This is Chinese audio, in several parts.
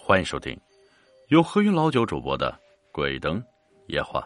欢迎收听由何云老九主播的《鬼灯夜话》。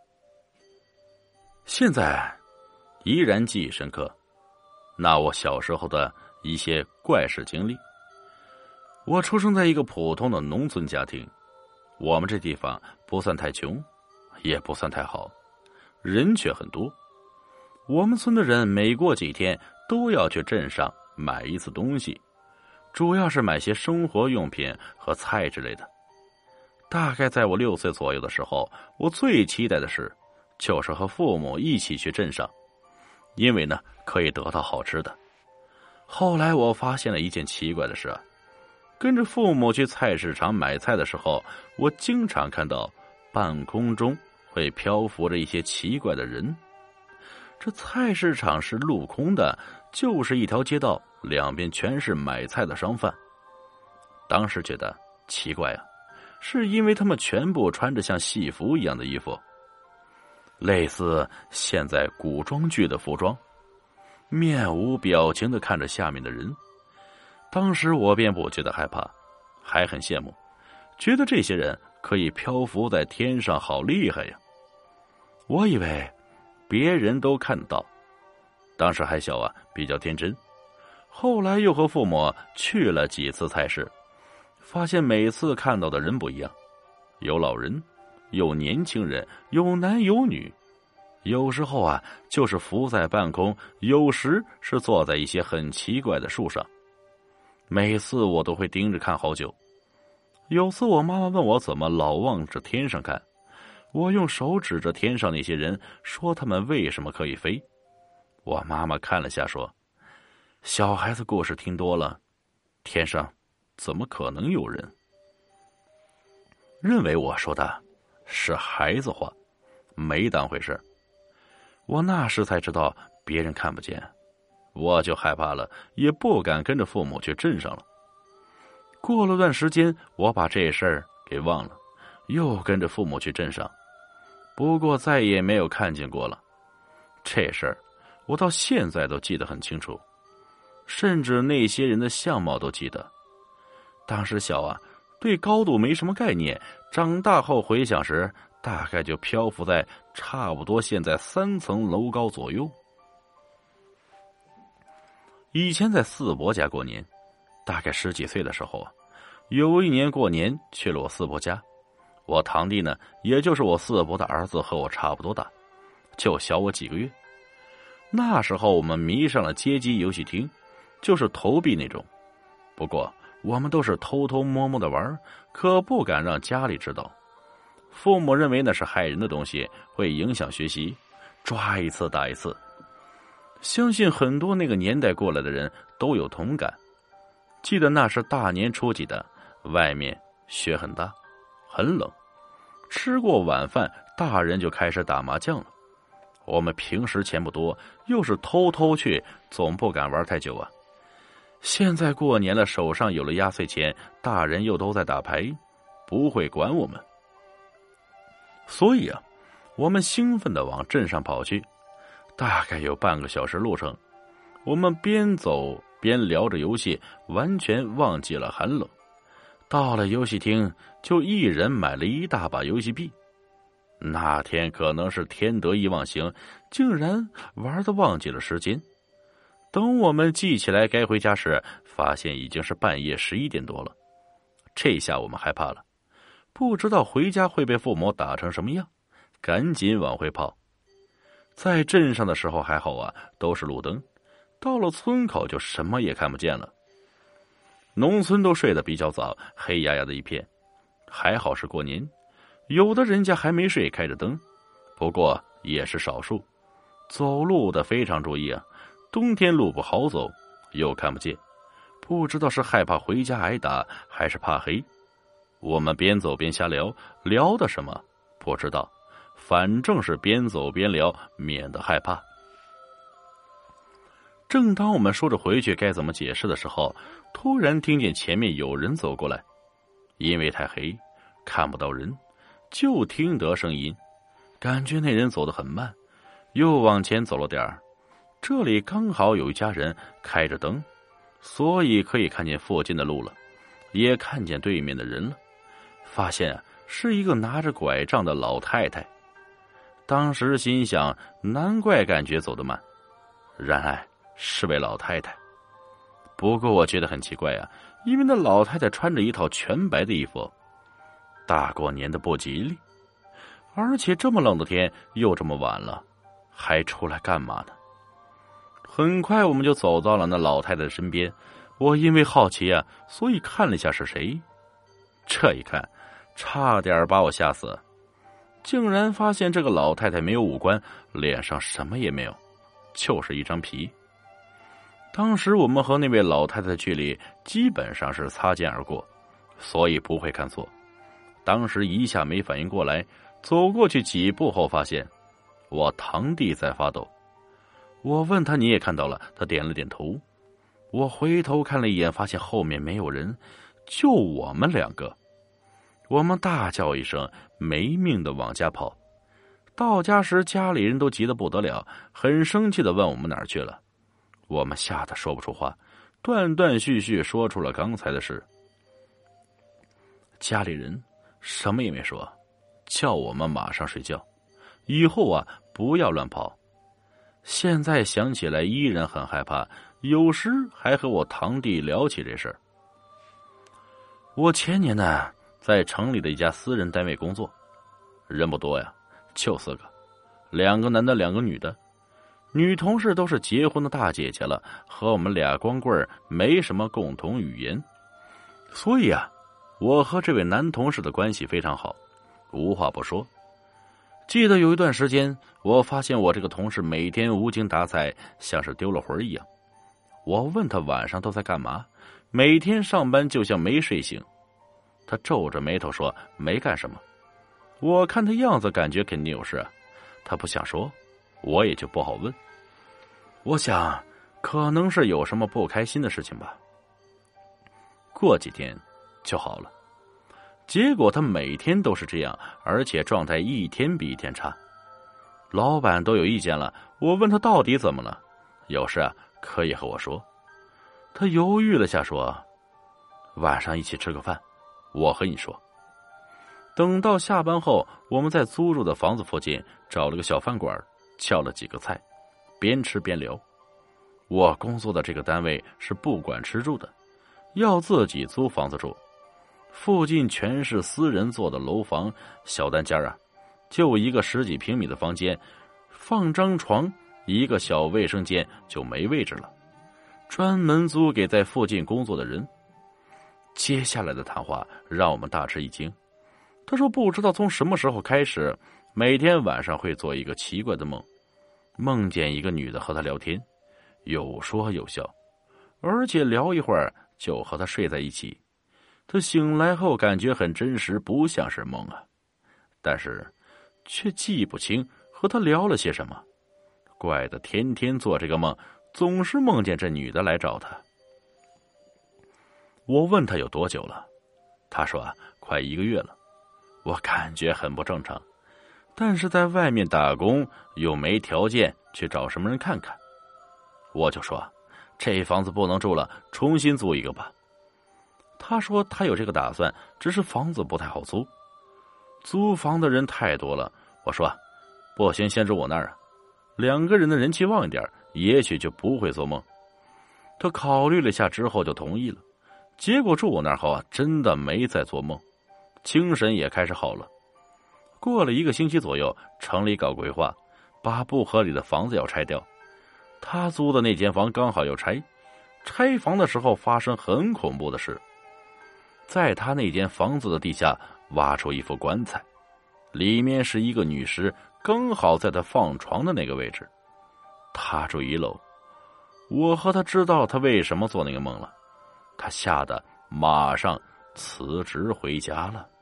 现在依然记忆深刻，那我小时候的一些怪事经历。我出生在一个普通的农村家庭，我们这地方不算太穷，也不算太好，人却很多。我们村的人每过几天都要去镇上买一次东西，主要是买些生活用品和菜之类的。大概在我6岁左右的时候，我最期待的事就是和父母一起去镇上，因为呢可以得到好吃的。后来我发现了一件奇怪的事啊，跟着父母去菜市场买菜的时候，我经常看到半空中会漂浮着一些奇怪的人。这菜市场是陆空的，就是一条街道，两边全是买菜的商贩。当时觉得奇怪啊，是因为他们全部穿着像戏服一样的衣服，类似现在古装剧的服装，面无表情地看着下面的人。当时我便不觉得害怕，还很羡慕，觉得这些人可以漂浮在天上，好厉害呀！我以为别人都看得到，当时还小啊，比较天真。后来又和父母去了几次菜市，发现每次看到的人不一样，有老人，有年轻人，有男有女，有时候啊就是浮在半空，有时是坐在一些很奇怪的树上。每次我都会盯着看好久。有次我妈妈问我怎么老望着天上看，我用手指着天上那些人，说他们为什么可以飞。我妈妈看了下说，小孩子故事听多了，天上怎么可能有人？认为我说的是孩子话，没当回事。我那时才知道别人看不见，我就害怕了，也不敢跟着父母去镇上了。过了段时间，我把这事儿给忘了，又跟着父母去镇上，不过再也没有看见过了。这事儿我到现在都记得很清楚，甚至那些人的相貌都记得。当时小啊，对高度没什么概念，长大后回想时，大概就漂浮在差不多现在3层楼高左右。以前在四伯家过年，大概10几岁的时候啊，有一年过年去了我四伯家。我堂弟呢，也就是我四伯的儿子，和我差不多大，就小我几个月。那时候我们迷上了街机游戏厅，就是投币那种。不过我们都是偷偷摸摸的玩，可不敢让家里知道。父母认为那是害人的东西，会影响学习，抓一次打一次。相信很多那个年代过来的人都有同感。记得那是大年初几的，外面雪很大，很冷。吃过晚饭，大人就开始打麻将了。我们平时钱不多，又是偷偷去，总不敢玩太久啊。现在过年了，手上有了压岁钱，大人又都在打牌，不会管我们。所以啊，我们兴奋地往镇上跑去，大概有半个小时路程。我们边走边聊着游戏，完全忘记了寒冷。到了游戏厅，就一人买了一大把游戏币。那天可能是天得意忘形，竟然玩得忘记了时间。等我们记起来该回家时，发现已经是半夜11点多了。这下我们害怕了，不知道回家会被父母打成什么样，赶紧往回跑。在镇上的时候还好啊，都是路灯，到了村口就什么也看不见了。农村都睡得比较早，黑压压的一片。还好是过年，有的人家还没睡开着灯，不过也是少数。走路的非常注意啊，冬天路不好走，又看不见，不知道是害怕回家挨打，还是怕黑。我们边走边瞎聊，聊的什么不知道，反正是边走边聊，免得害怕。正当我们说着回去该怎么解释的时候，突然听见前面有人走过来。因为太黑，看不到人，就听得声音，感觉那人走得很慢，又往前走了点儿。这里刚好有一家人开着灯，所以可以看见附近的路了。 也看见对面的人了，发现是一个拿着拐杖的老太太。当时心想，难怪感觉走得慢，原来是位老太太。不过我觉得很奇怪啊，因为那老太太穿着一套全白的衣服，大过年的不吉利，而且这么冷的天又这么晚了，还出来干嘛呢？很快我们就走到了那老太太的身边，我因为好奇啊，所以看了一下是谁。这一看，差点把我吓死，竟然发现这个老太太没有五官，脸上什么也没有，就是一张皮。当时我们和那位老太太的距离基本上是擦肩而过，所以不会看错。当时一下没反应过来，走过去几步后发现我堂弟在发抖。我问他你也看到了，他点了点头。我回头看了一眼，发现后面没有人，就我们两个。我们大叫一声，没命的往家跑。到家时家里人都急得不得了，很生气的问我们哪儿去了。我们吓得说不出话，断断续续说出了刚才的事。家里人什么也没说，叫我们马上睡觉，以后啊不要乱跑。现在想起来依然很害怕，有时还和我堂弟聊起这事儿。我前年呢在城里的一家私人单位工作，人不多呀，就4个，2个男的2个女的。女同事都是结婚的大姐姐了，和我们俩光棍没什么共同语言，所以啊我和这位男同事的关系非常好，无话不说。记得有一段时间，我发现我这个同事每天无精打采，像是丢了魂一样。我问他晚上都在干嘛，每天上班就像没睡醒。他皱着眉头说没干什么。我看他样子感觉肯定有事，他不想说，我也就不好问。我想可能是有什么不开心的事情吧。过几天就好了。结果他每天都是这样，而且状态一天比一天差。老板都有意见了，我问他到底怎么了，有事啊可以和我说。他犹豫了下说，晚上一起吃个饭，我和你说。等到下班后，我们在租住的房子附近找了个小饭馆，叫了几个菜，边吃边聊。我工作的这个单位是不管吃住的，要自己租房子住。附近全是私人做的楼房，小单间啊，就一个10几平米的房间，放张床，一个小卫生间就没位置了，专门租给在附近工作的人。接下来的谈话让我们大吃一惊。他说不知道从什么时候开始，每天晚上会做一个奇怪的梦，梦见一个女的和他聊天，有说有笑，而且聊一会儿就和他睡在一起。他醒来后感觉很真实，不像是梦啊，但是却记不清和他聊了些什么。怪得天天做这个梦，总是梦见这女的来找他。我问他有多久了，他说快1个月了。我感觉很不正常，但是在外面打工又没条件去找什么人看看。我就说这房子不能住了，重新租一个吧。他说他有这个打算，只是房子不太好租，租房的人太多了。我说不行，先住我那儿啊，2个人的人气旺一点，也许就不会做梦。他考虑了下之后就同意了。结果住我那儿后真的没再做梦，精神也开始好了。过了1个星期左右，城里搞规划，把不合理的房子要拆掉。他租的那间房刚好要拆，拆房的时候发生很恐怖的事。在他那间房子的地下挖出一副棺材，里面是一个女尸，刚好在他放床的那个位置。他住1楼，我和他知道他为什么做那个梦了，他吓得马上辞职回家了。